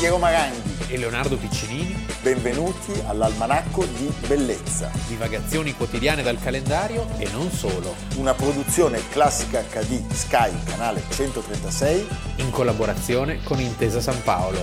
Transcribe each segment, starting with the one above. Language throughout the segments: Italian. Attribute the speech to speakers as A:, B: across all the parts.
A: Piero Maranghi
B: e Leonardo Piccinini.
A: Benvenuti all'Almanacco di Bellezza.
B: Divagazioni quotidiane dal calendario e non solo.
A: Una produzione Classica HD Sky, canale 136.
B: In collaborazione con Intesa San Paolo.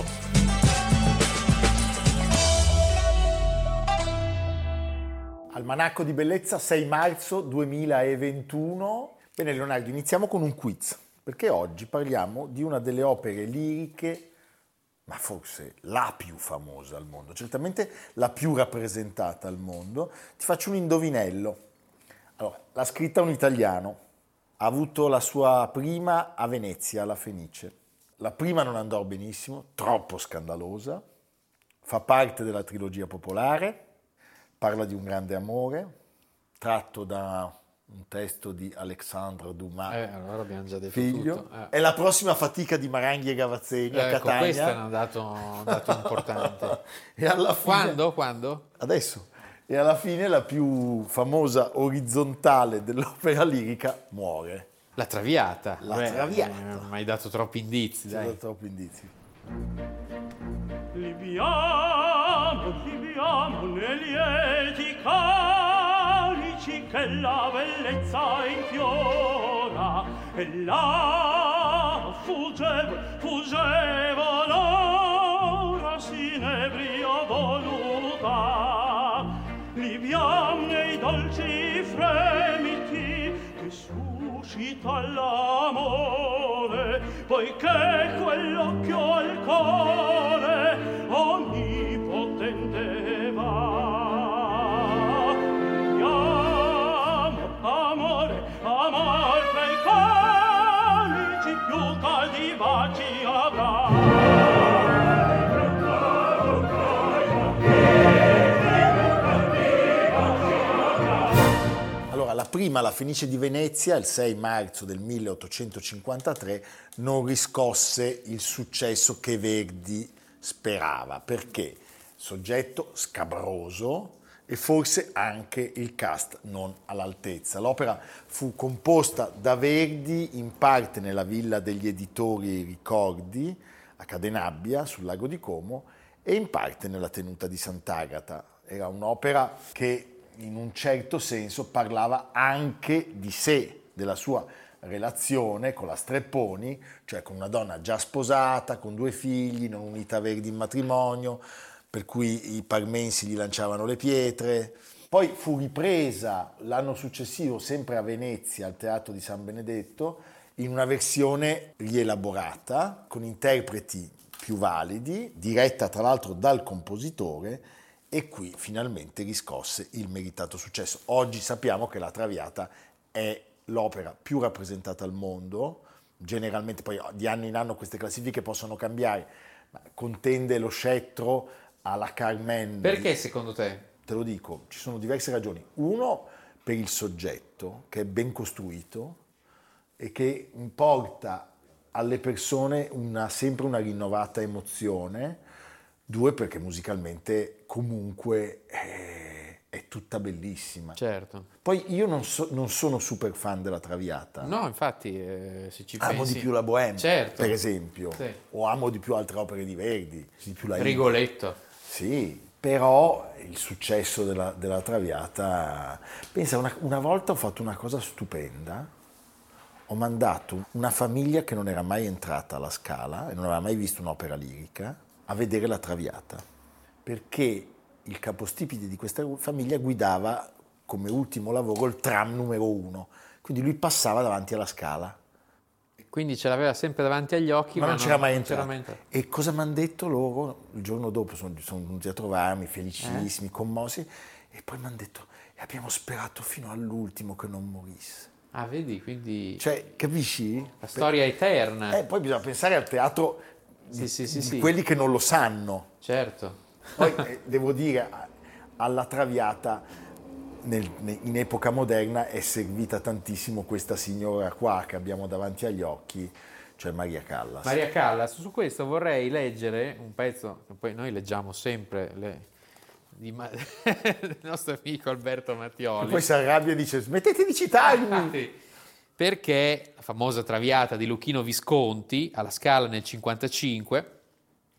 A: Almanacco di Bellezza, 6 marzo 2021. Bene Leonardo, iniziamo con un quiz, perché oggi parliamo di una delle opere liriche, ma forse la più famosa al mondo, certamente la più rappresentata al mondo. Ti faccio un indovinello. Allora, l'ha scritta un italiano, ha avuto la sua prima a Venezia, alla Fenice. La prima non andò benissimo, troppo scandalosa, fa parte della trilogia popolare, parla di un grande amore, tratto da un testo di Alexandre Dumas,
B: Allora abbiamo già detto
A: figlio.
B: tutto.
A: È la prossima fatica di Maranghi e Gavazzeni a Catania.
B: Questo è un dato importante.
A: E alla fine,
B: Quando?
A: Adesso. E alla fine la più famosa orizzontale dell'opera lirica muore.
B: La Traviata.
A: Traviata.
B: Non mi hai dato troppi indizi,
A: Ti ho
B: dai.
A: dato troppi indizi.
C: Liviamo nei lieti carici che la bellezza infiora, e là fuggeva l'ora sinebrio voluta. Liviam nei dolci fremiti che suscita l'amore, poiché quell'occhio al cuore onnipotente va. Liviamo, amore tra i calici più caldi baci avrà.
A: La prima, la Fenice di Venezia, il 6 marzo del 1853, non riscosse il successo che Verdi sperava. Perché? Soggetto scabroso e forse anche il cast non all'altezza. L'opera fu composta da Verdi in parte nella Villa degli Editori e Ricordi a Cadenabbia, sul lago di Como, e in parte nella Tenuta di Sant'Agata. Era un'opera che in un certo senso parlava anche di sé, della sua relazione con la Strepponi, cioè con una donna già sposata, con 2 figli, non unita a Verdi in matrimonio, per cui i parmensi gli lanciavano le pietre. Poi fu ripresa l'anno successivo, sempre a Venezia, al Teatro di San Benedetto, in una versione rielaborata, con interpreti più validi, diretta tra l'altro dal compositore, e qui finalmente riscosse il meritato successo. Oggi sappiamo che La Traviata è l'opera più rappresentata al mondo, generalmente poi di anno in anno queste classifiche possono cambiare, ma contende lo scettro alla Carmen.
B: Perché secondo te?
A: Te lo dico, ci sono diverse ragioni. Uno, per il soggetto, che è ben costruito e che importa alle persone sempre una rinnovata emozione. 2, perché musicalmente comunque è tutta bellissima.
B: Certo.
A: Poi io non sono super fan della Traviata.
B: No, infatti, se ci
A: Amo
B: pensi...
A: di più la Bohème,
B: certo,
A: per esempio.
B: Sì.
A: O amo di più altre opere di Verdi. Di più la
B: Rigoletto.
A: Sì, però il successo della Traviata... Pensa, una volta ho fatto una cosa stupenda. Ho mandato una famiglia che non era mai entrata alla Scala e non aveva mai visto un'opera lirica a vedere La Traviata, perché il capostipite di questa famiglia guidava come ultimo lavoro il tram numero 1, quindi lui passava davanti alla Scala.
B: Quindi ce l'aveva sempre davanti agli occhi,
A: ma non c'era mai
B: entrato.
A: entrato. E cosa mi hanno detto loro? Il giorno dopo sono venuti a trovarmi, felicissimi, commossi, e poi mi hanno detto, abbiamo sperato fino all'ultimo che non morisse.
B: Ah, vedi, quindi...
A: Cioè, capisci?
B: La storia eterna.
A: Poi bisogna pensare al teatro di quelli che non lo sanno.
B: Certo.
A: Poi devo dire, alla Traviata in epoca moderna è servita tantissimo questa signora qua che abbiamo davanti agli occhi, cioè Maria Callas.
B: Maria Callas, su questo vorrei leggere un pezzo, che poi noi leggiamo sempre del nostro amico Alberto Mattioli.
A: E poi si arrabbia e dice smettete di citarmi!
B: Perché la famosa Traviata di Luchino Visconti alla Scala nel 1955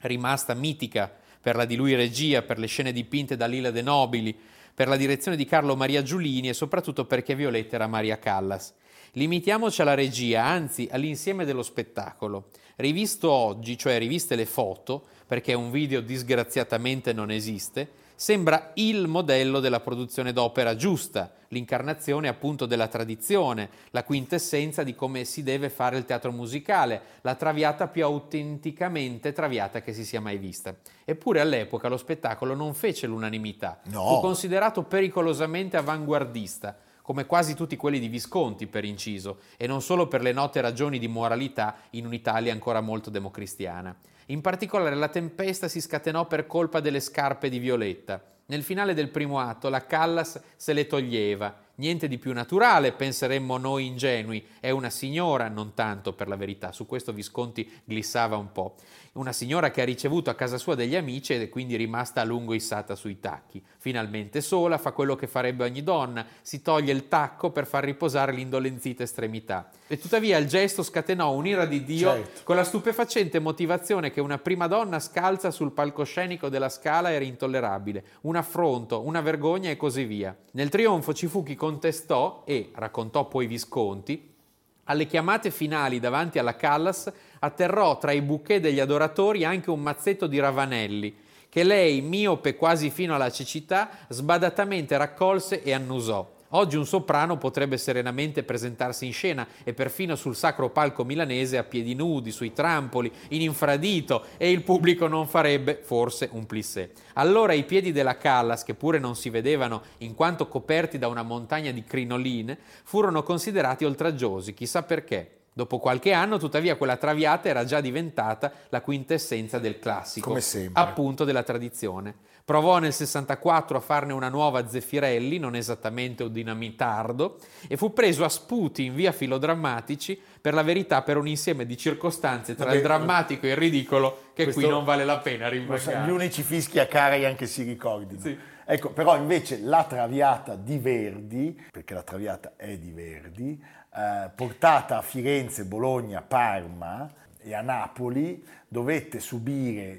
B: rimasta mitica per la di lui regia, per le scene dipinte da Lilla De Nobili, per la direzione di Carlo Maria Giulini e soprattutto perché Violetta era Maria Callas. Limitiamoci alla regia, anzi all'insieme dello spettacolo. Rivisto oggi, cioè riviste le foto, perché un video disgraziatamente non esiste, sembra il modello della produzione d'opera giusta, l'incarnazione appunto della tradizione, la quintessenza di come si deve fare il teatro musicale, la traviata più autenticamente traviata che si sia mai vista. Eppure all'epoca lo spettacolo non fece l'unanimità, fu considerato pericolosamente avanguardista, come quasi tutti quelli di Visconti, per inciso, e non solo per le note ragioni di moralità in un'Italia ancora molto democristiana. In particolare la tempesta si scatenò per colpa delle scarpe di Violetta. Nel finale del primo atto la Callas se le toglieva. Niente di più naturale, penseremmo noi ingenui. È una signora, non tanto per la verità, su questo Visconti glissava un po'. Una signora che ha ricevuto a casa sua degli amici ed è quindi rimasta a lungo issata sui tacchi. Finalmente sola, fa quello che farebbe ogni donna, si toglie il tacco per far riposare l'indolenzita estremità. E tuttavia il gesto scatenò un'ira di Dio con la stupefacente motivazione che una prima donna scalza sul palcoscenico della Scala era intollerabile, un affronto, una vergogna e così via. Nel trionfo ci fu chi contestò e, raccontò poi Visconti, alle chiamate finali davanti alla Callas atterrò tra i bouquet degli adoratori anche un mazzetto di ravanelli, che lei, miope quasi fino alla cecità, sbadatamente raccolse e annusò. Oggi un soprano potrebbe serenamente presentarsi in scena e perfino sul sacro palco milanese a piedi nudi, sui trampoli, in infradito, e il pubblico non farebbe, forse, un plissé. Allora i piedi della Callas, che pure non si vedevano in quanto coperti da una montagna di crinoline, furono considerati oltraggiosi, chissà perché. Dopo qualche anno, tuttavia, quella traviata era già diventata la quintessenza del classico,
A: come sempre,
B: appunto della tradizione. Provò nel 64 a farne una nuova Zeffirelli, non esattamente un dinamitardo, e fu preso a sputi in via filodrammatici, per la verità per un insieme di circostanze tra il drammatico e il ridicolo che qui non vale la pena rinvagare.
A: Gli unici fischi a Karajan che si ricordino.
B: Sì.
A: Ecco, però invece la Traviata di Verdi, perché la Traviata è di Verdi, portata a Firenze, Bologna, Parma e a Napoli, dovette subire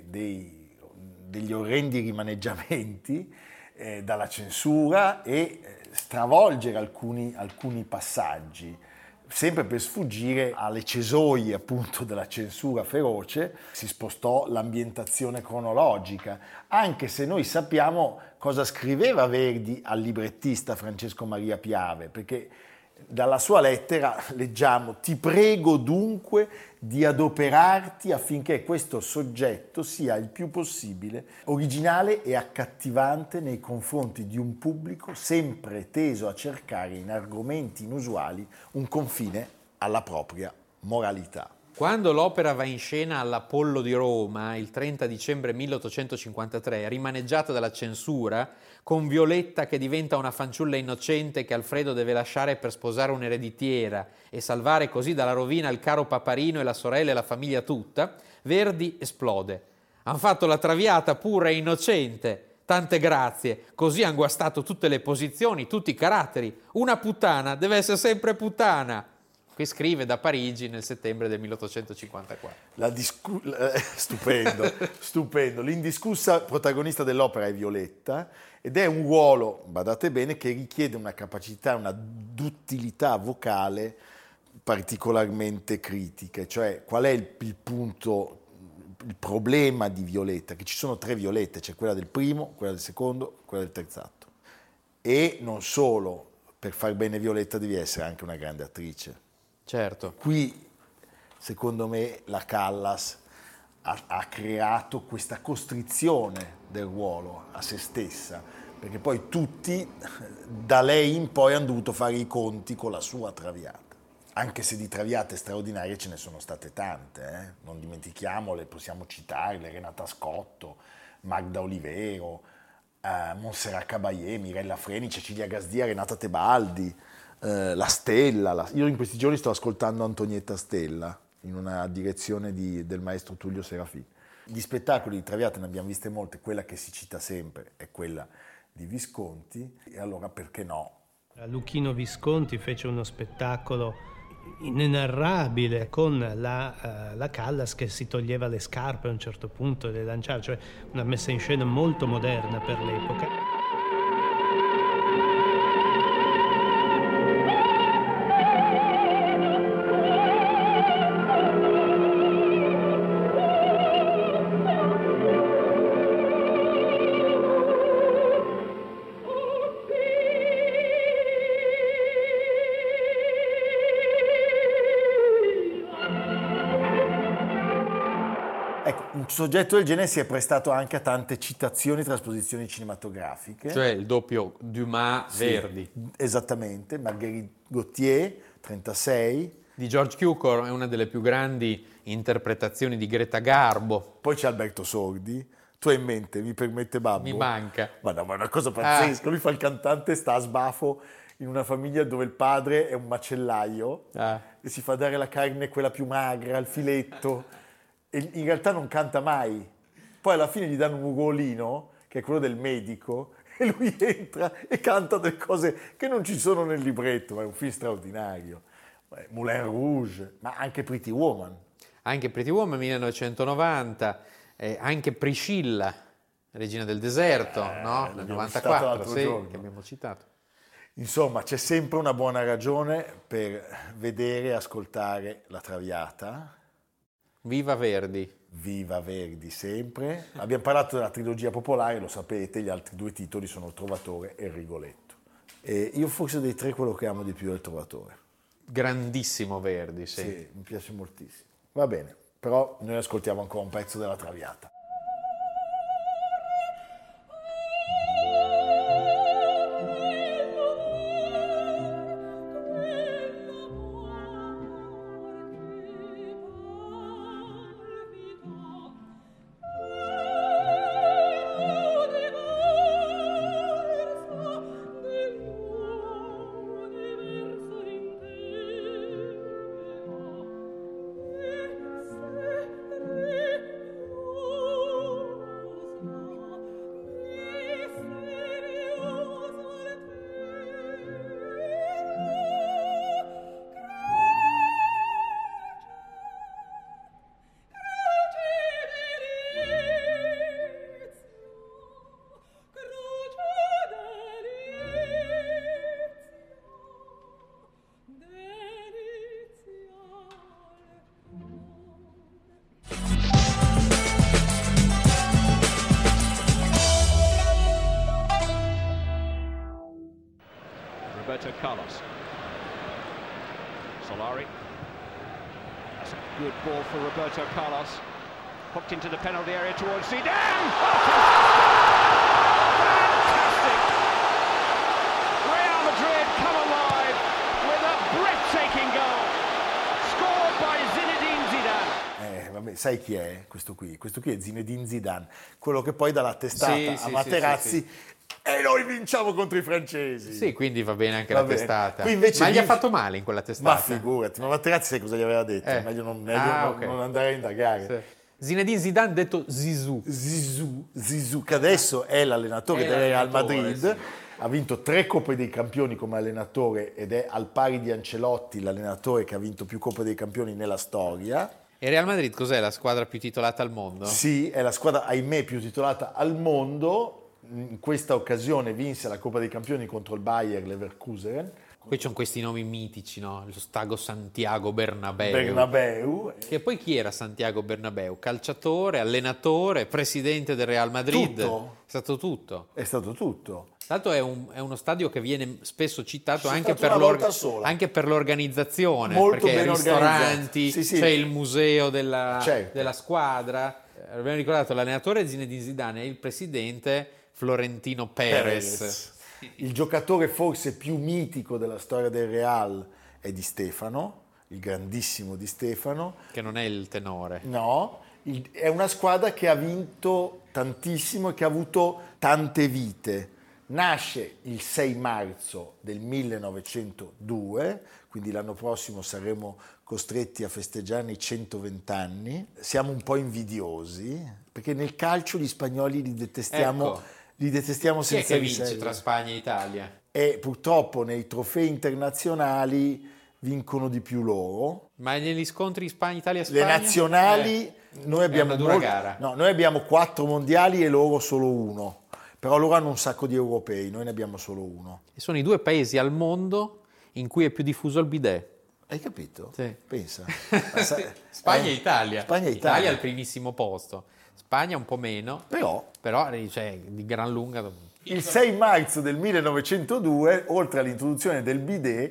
A: degli orrendi rimaneggiamenti dalla censura e stravolgere alcuni passaggi, sempre per sfuggire alle cesoie appunto della censura feroce. Si spostò l'ambientazione cronologica, anche se noi sappiamo cosa scriveva Verdi al librettista Francesco Maria Piave, perché dalla sua lettera leggiamo: ti prego dunque di adoperarti affinché questo soggetto sia il più possibile originale e accattivante nei confronti di un pubblico sempre teso a cercare in argomenti inusuali un confine alla propria moralità.
B: Quando l'opera va in scena all'Apollo di Roma, il 30 dicembre 1853, rimaneggiata dalla censura, con Violetta che diventa una fanciulla innocente che Alfredo deve lasciare per sposare un'ereditiera e salvare così dalla rovina il caro Paparino e la sorella e la famiglia tutta, Verdi esplode. Han fatto la Traviata pura e innocente, tante grazie, così han guastato tutte le posizioni, tutti i caratteri. Una puttana deve essere sempre puttana. Qui scrive da Parigi nel settembre del 1854.
A: Stupendo. L'indiscussa protagonista dell'opera è Violetta ed è un ruolo, badate bene, che richiede una capacità, una duttilità vocale particolarmente critiche. Cioè, qual è il punto, il problema di Violetta? Che ci sono 3 Violette, c'è quella del primo, quella del secondo, quella del terzo atto. E non solo, per far bene Violetta devi essere anche una grande attrice.
B: Certo.
A: Qui, secondo me, la Callas ha creato questa costrizione del ruolo a se stessa, perché poi tutti, da lei in poi, hanno dovuto fare i conti con la sua Traviata. Anche se di Traviate straordinarie ce ne sono state tante, non dimentichiamole, possiamo citarle: Renata Scotto, Magda Olivero, Montserrat Caballé, Mirella Freni, Cecilia Gasdia, Renata Tebaldi, la Stella. Io in questi giorni sto ascoltando Antonietta Stella in una direzione del maestro Tullio Serafini. Di spettacoli di Traviata ne abbiamo viste molte, quella che si cita sempre è quella di Visconti, e allora perché no?
D: Luchino Visconti fece uno spettacolo inenarrabile, con la Callas che si toglieva le scarpe a un certo punto e le lanciava, cioè una messa in scena molto moderna per l'epoca.
A: Un soggetto del genere si è prestato anche a tante citazioni e trasposizioni cinematografiche.
B: Cioè il doppio Dumas-Verdi.
A: Sì, esattamente, Marguerite Gautier, 36.
B: Di George Cukor è una delle più grandi interpretazioni di Greta Garbo.
A: Poi c'è Alberto Sordi. Tu hai in mente, mi permette babbo?
B: Mi manca.
A: Ma no, ma è una cosa pazzesca. Lui fa il cantante, sta a sbafo in una famiglia dove il padre è un macellaio e si fa dare la carne quella più magra, il filetto. E in realtà non canta mai. Poi alla fine gli danno un ruolino, che è quello del medico, e lui entra e canta delle cose che non ci sono nel libretto, ma è un film straordinario. Moulin Rouge, ma anche Pretty Woman.
B: Anche Pretty Woman 1990, anche Priscilla, Regina del Deserto, no? Nel 94, sì,
A: giorno.
B: Che abbiamo citato.
A: Insomma, c'è sempre una buona ragione per vedere e ascoltare La Traviata.
B: Viva Verdi.
A: Viva Verdi sempre. Abbiamo parlato della trilogia popolare, lo sapete, gli altri due titoli sono Il Trovatore e Il Rigoletto. E io forse dei tre quello che amo di più è Il Trovatore.
B: Grandissimo Verdi, sì.
A: Sì, mi piace moltissimo. Va bene, però noi ascoltiamo ancora un pezzo della Traviata.
E: Roberto Carlos. Solari. That's a good ball for Roberto Carlos. Hooked into the penalty area towards Zidane. Oh, fantastic! Real Madrid come alive with a breathtaking goal. Scored by Zinedine Zidane.
A: Vabbè, sai chi è questo qui? Questo qui è Zinedine Zidane, quello che poi dà la testata a Materazzi.
B: Sì.
A: E noi vinciamo contro i francesi.
B: Sì, quindi va bene anche la testata.
A: Qui invece
B: ma gli ha fatto male in quella testata?
A: Ma figurati, ma Materazzi sai cosa gli aveva detto? Meglio non andare a indagare.
B: Sì. Zinedine Zidane detto Zizou.
A: Zizou, che adesso è l'allenatore del Real Madrid. Sì. Ha vinto 3 Coppe dei Campioni come allenatore ed è al pari di Ancelotti, l'allenatore che ha vinto più Coppe dei Campioni nella storia.
B: E Real Madrid cos'è? La squadra più titolata al mondo?
A: Sì, è la squadra, ahimè, più titolata al mondo. In questa occasione vinse la Coppa dei Campioni contro il Bayer Leverkusen.
B: Poi c'hanno questi nomi mitici, no? Lo stadio Santiago Bernabéu. Che poi chi era Santiago Bernabéu? Calciatore, allenatore, presidente del Real Madrid.
A: Tutto.
B: È stato tutto.
A: È stato tutto.
B: Tra l'altro è uno stadio che viene spesso citato anche per l'organizzazione,
A: molto
B: perché
A: ben
B: ristoranti,
A: sì.
B: C'è il museo della
A: certo.
B: Squadra. Abbiamo ricordato l'allenatore Zinedine Zidane e il presidente Florentino Perez.
A: Il giocatore forse più mitico della storia del Real è Di Stefano, il grandissimo Di Stefano.
B: Che non è il tenore.
A: No, è una squadra che ha vinto tantissimo e che ha avuto tante vite. Nasce il 6 marzo del 1902, quindi l'anno prossimo saremo costretti a festeggiare i 120 anni. Siamo un po' invidiosi, perché nel calcio gli spagnoli li detestiamo.
B: Ecco.
A: Li detestiamo
B: Chi è
A: senza
B: che vince
A: riserva.
B: tra Spagna e Italia?
A: E purtroppo nei trofei internazionali vincono di più loro.
B: Ma negli scontri Italia-Spagna?
A: Le nazionali, noi abbiamo
B: una dura gara.
A: No, noi abbiamo 4 mondiali e loro solo 1. Però loro hanno un sacco di europei, noi ne abbiamo solo 1.
B: E sono i 2 paesi al mondo in cui è più diffuso il bidet.
A: Hai capito?
B: Sì.
A: Pensa.
B: Spagna e Italia.
A: Spagna e
B: Italia al primissimo posto. Spagna un po' meno.
A: Però
B: Cioè, di gran lunga.
A: il 6 marzo del 1902, oltre all'introduzione del bidet,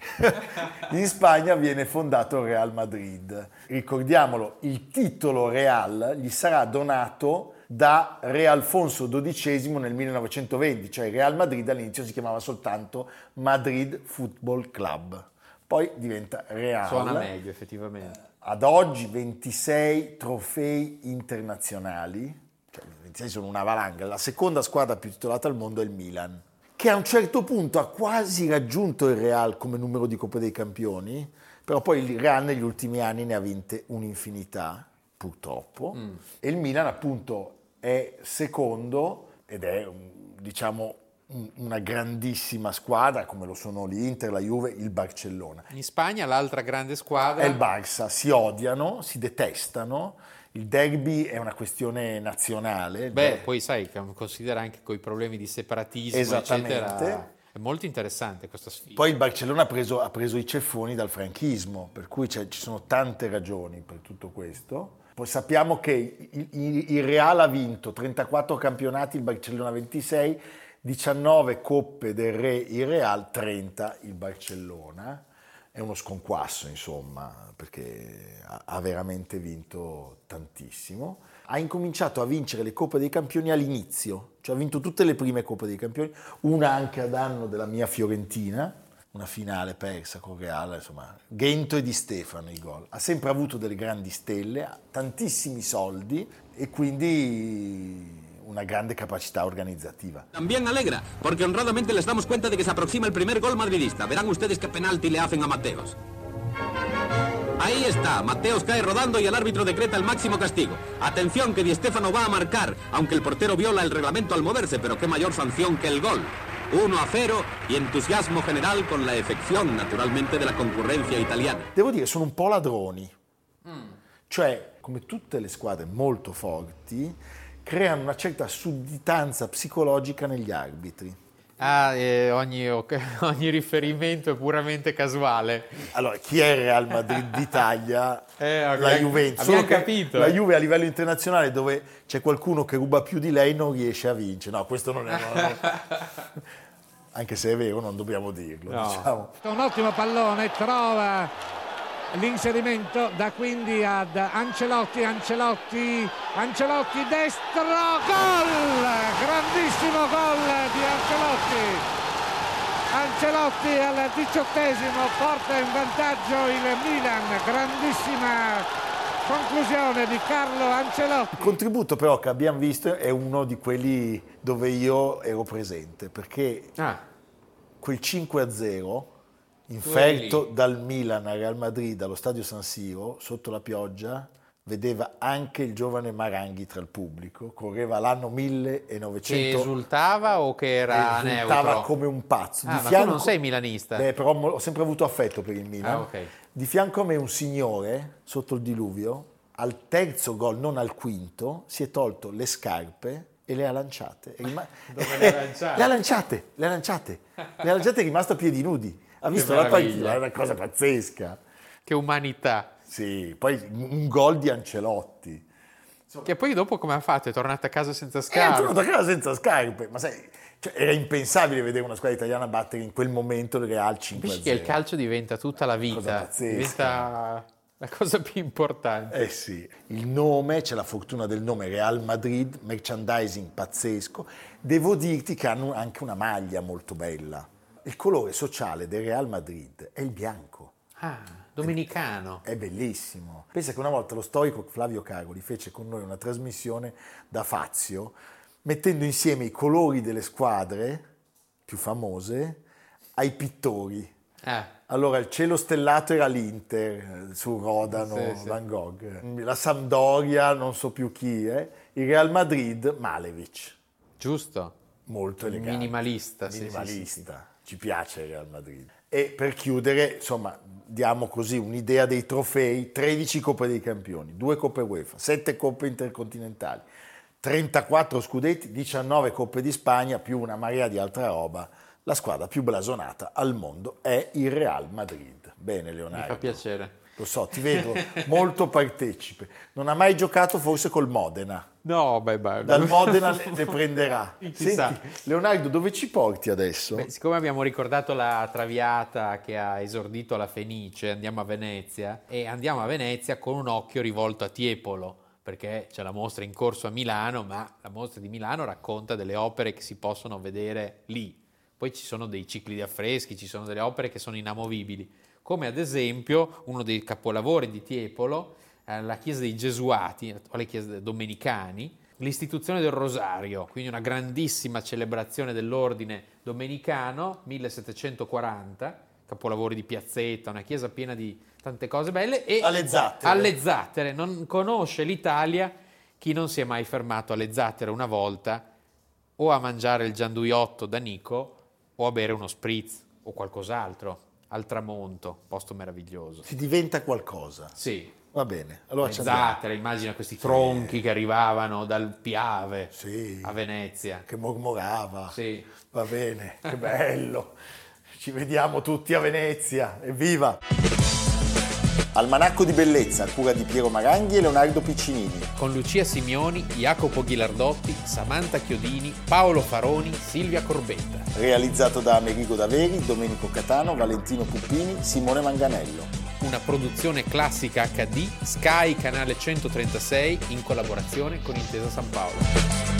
A: in Spagna viene fondato il Real Madrid. Ricordiamolo, il titolo Real gli sarà donato da Re Alfonso XII nel 1920, cioè il Real Madrid all'inizio si chiamava soltanto Madrid Football Club, poi diventa Real.
B: Suona meglio, effettivamente.
A: Ad oggi 26 trofei internazionali, cioè 26 sono una valanga. La seconda squadra più titolata al mondo è il Milan, che a un certo punto ha quasi raggiunto il Real come numero di Coppe dei Campioni, però poi il Real negli ultimi anni ne ha vinte un'infinità, purtroppo, e il Milan appunto è secondo ed è, diciamo, una grandissima squadra, come lo sono l'Inter, la Juve, il Barcellona.
B: In Spagna l'altra grande squadra
A: È il Barça, si odiano, si detestano, il derby è una questione nazionale.
B: Poi sai, considera anche coi problemi di separatismo,
A: Esattamente.
B: eccetera. È molto interessante questa sfida.
A: Poi il Barcellona ha preso i ceffoni dal franchismo, per cui ci sono tante ragioni per tutto questo. Poi sappiamo che il Real ha vinto 34 campionati, il Barcellona 26, 19 Coppe del Re il Real, 30 il Barcellona. È uno sconquasso, insomma, perché ha veramente vinto tantissimo. Ha incominciato a vincere le Coppe dei Campioni all'inizio, cioè ha vinto tutte le prime Coppe dei Campioni, una anche a danno della mia Fiorentina, una finale persa con Real, insomma, Gento e Di Stefano i gol. Ha sempre avuto delle grandi stelle, ha tantissimi soldi e quindi una grande capacità organizzativa.
F: También alegra, porque honradamente les damos cuenta de que se aproxima el primer gol madridista. Verán ustedes qué penalti le hacen a Mateos. Ahí está, Mateos cae rodando y el árbitro decreta el máximo castigo. Atención que Di Stéfano va a marcar, aunque el portero viola el reglamento al moverse, pero qué mayor sanción que el gol. 1-0 y entusiasmo general con la efección, naturalmente, de la concurrencia italiana.
A: Devo dire, sono un po' ladroni. Cioè, come tutte le squadre molto forti, creano una certa sudditanza psicologica negli arbitri.
B: Ogni riferimento è puramente casuale.
A: Allora, chi è il Real Madrid d'Italia? La Juventus.
B: Abbiamo
A: Solo che
B: capito.
A: la Juve a livello internazionale, dove c'è qualcuno che ruba più di lei, non riesce a vincere. No, questo non è... Anche se è vero, non dobbiamo dirlo.
B: No.
A: Diciamo.
G: Un ottimo pallone, trova l'inserimento, da quindi ad Ancelotti, destro, gol! Grandissimo gol di Ancelotti al 18esimo, porta in vantaggio il Milan, grandissima conclusione di Carlo Ancelotti.
A: Il contributo però che abbiamo visto è uno di quelli dove io ero presente, perché quel 5-0 inferto dal Milan al Real Madrid allo stadio San Siro sotto la pioggia, vedeva anche il giovane Maranghi tra il pubblico, correva l'anno 1900.
B: Che esultava o che era
A: esultava
B: neutro?
A: come un pazzo.
B: Ma tu non sei milanista?
A: Però ho sempre avuto affetto per il Milan.
B: Ok.
A: Di fianco a me un signore, sotto il diluvio, al terzo gol, non al quinto, si è tolto le scarpe e le ha lanciate.
B: Dove le ha lanciate?
A: Le ha lanciate, è rimasto a piedi nudi. Ha visto la
B: meraviglia.
A: partita, è una cosa pazzesca.
B: Che umanità.
A: Sì, poi un gol di Ancelotti.
B: Che poi dopo come ha fatto? È tornato a casa senza
A: È
B: scarpe?
A: tornato a casa senza scarpe, ma sai, cioè, era impensabile vedere una squadra italiana battere in quel momento il Real 5-0.
B: Capisci che il calcio diventa tutta la
A: Cosa
B: vita,
A: pazzesca.
B: diventa la cosa più importante.
A: Eh sì, il nome, c'è la fortuna del nome Real Madrid, merchandising pazzesco. Devo dirti che hanno anche una maglia molto bella. Il colore sociale del Real Madrid è il bianco.
B: Domenicano.
A: È bellissimo. Pensa che una volta lo storico Flavio Caroli fece con noi una trasmissione da Fazio, mettendo insieme i colori delle squadre più famose ai pittori. Allora il cielo stellato era l'Inter, su Rodano,
B: Sì.
A: Van Gogh. La Sampdoria, non so più chi è. Il Real Madrid, Malevic.
B: Giusto.
A: Molto elegante.
B: Minimalista.
A: Minimalista. Ci piace il Real Madrid. E per chiudere, insomma, diamo così un'idea dei trofei: 13 Coppe dei Campioni, 2 Coppe UEFA, 7 Coppe Intercontinentali, 34 scudetti, 19 Coppe di Spagna, più una marea di altra roba. La squadra più blasonata al mondo è il Real Madrid. Bene, Leonardo.
B: Mi fa piacere.
A: Lo so, ti vedo molto partecipe. Non ha mai giocato forse col Modena.
B: No,
A: Dal Modena ne prenderà.
B: Chissà.
A: Senti, Leonardo, dove ci porti adesso?
B: Beh, siccome abbiamo ricordato la Traviata che ha esordito la Fenice, andiamo a Venezia, e andiamo a Venezia con un occhio rivolto a Tiepolo, perché c'è la mostra in corso a Milano, ma la mostra di Milano racconta delle opere che si possono vedere lì. Poi ci sono dei cicli di affreschi, ci sono delle opere che sono inamovibili, come ad esempio uno dei capolavori di Tiepolo, la chiesa dei Gesuati, l'attuale chiesa domenicani, l'istituzione del Rosario, quindi una grandissima celebrazione dell'ordine domenicano, 1740, capolavori di Piazzetta, una chiesa piena di tante cose belle, e
A: alle Zattere.
B: Alle Zattere. Non conosce l'Italia chi non si è mai fermato alle Zattere una volta, o a mangiare il gianduiotto da Nico, o a bere uno spritz, o qualcos'altro, al tramonto, posto meraviglioso.
A: Si diventa qualcosa.
B: Sì.
A: Va bene, allora ci
B: Zattere, immagina questi tronchi che arrivavano dal Piave a Venezia.
A: Che mormorava.
B: Sì.
A: Va bene, che bello. Ci vediamo tutti a Venezia, evviva! Almanacco di bellezza a cura di Piero Maranghi e Leonardo Piccinini.
B: Con Lucia Simioni, Jacopo Ghilardotti, Samantha Chiodini, Paolo Faroni, Silvia Corbetta.
A: Realizzato da Amerigo Daveri, Domenico Catano, Valentino Puppini, Simone Manganello.
B: Una produzione classica HD, Sky Canale 136 in collaborazione con Intesa San Paolo.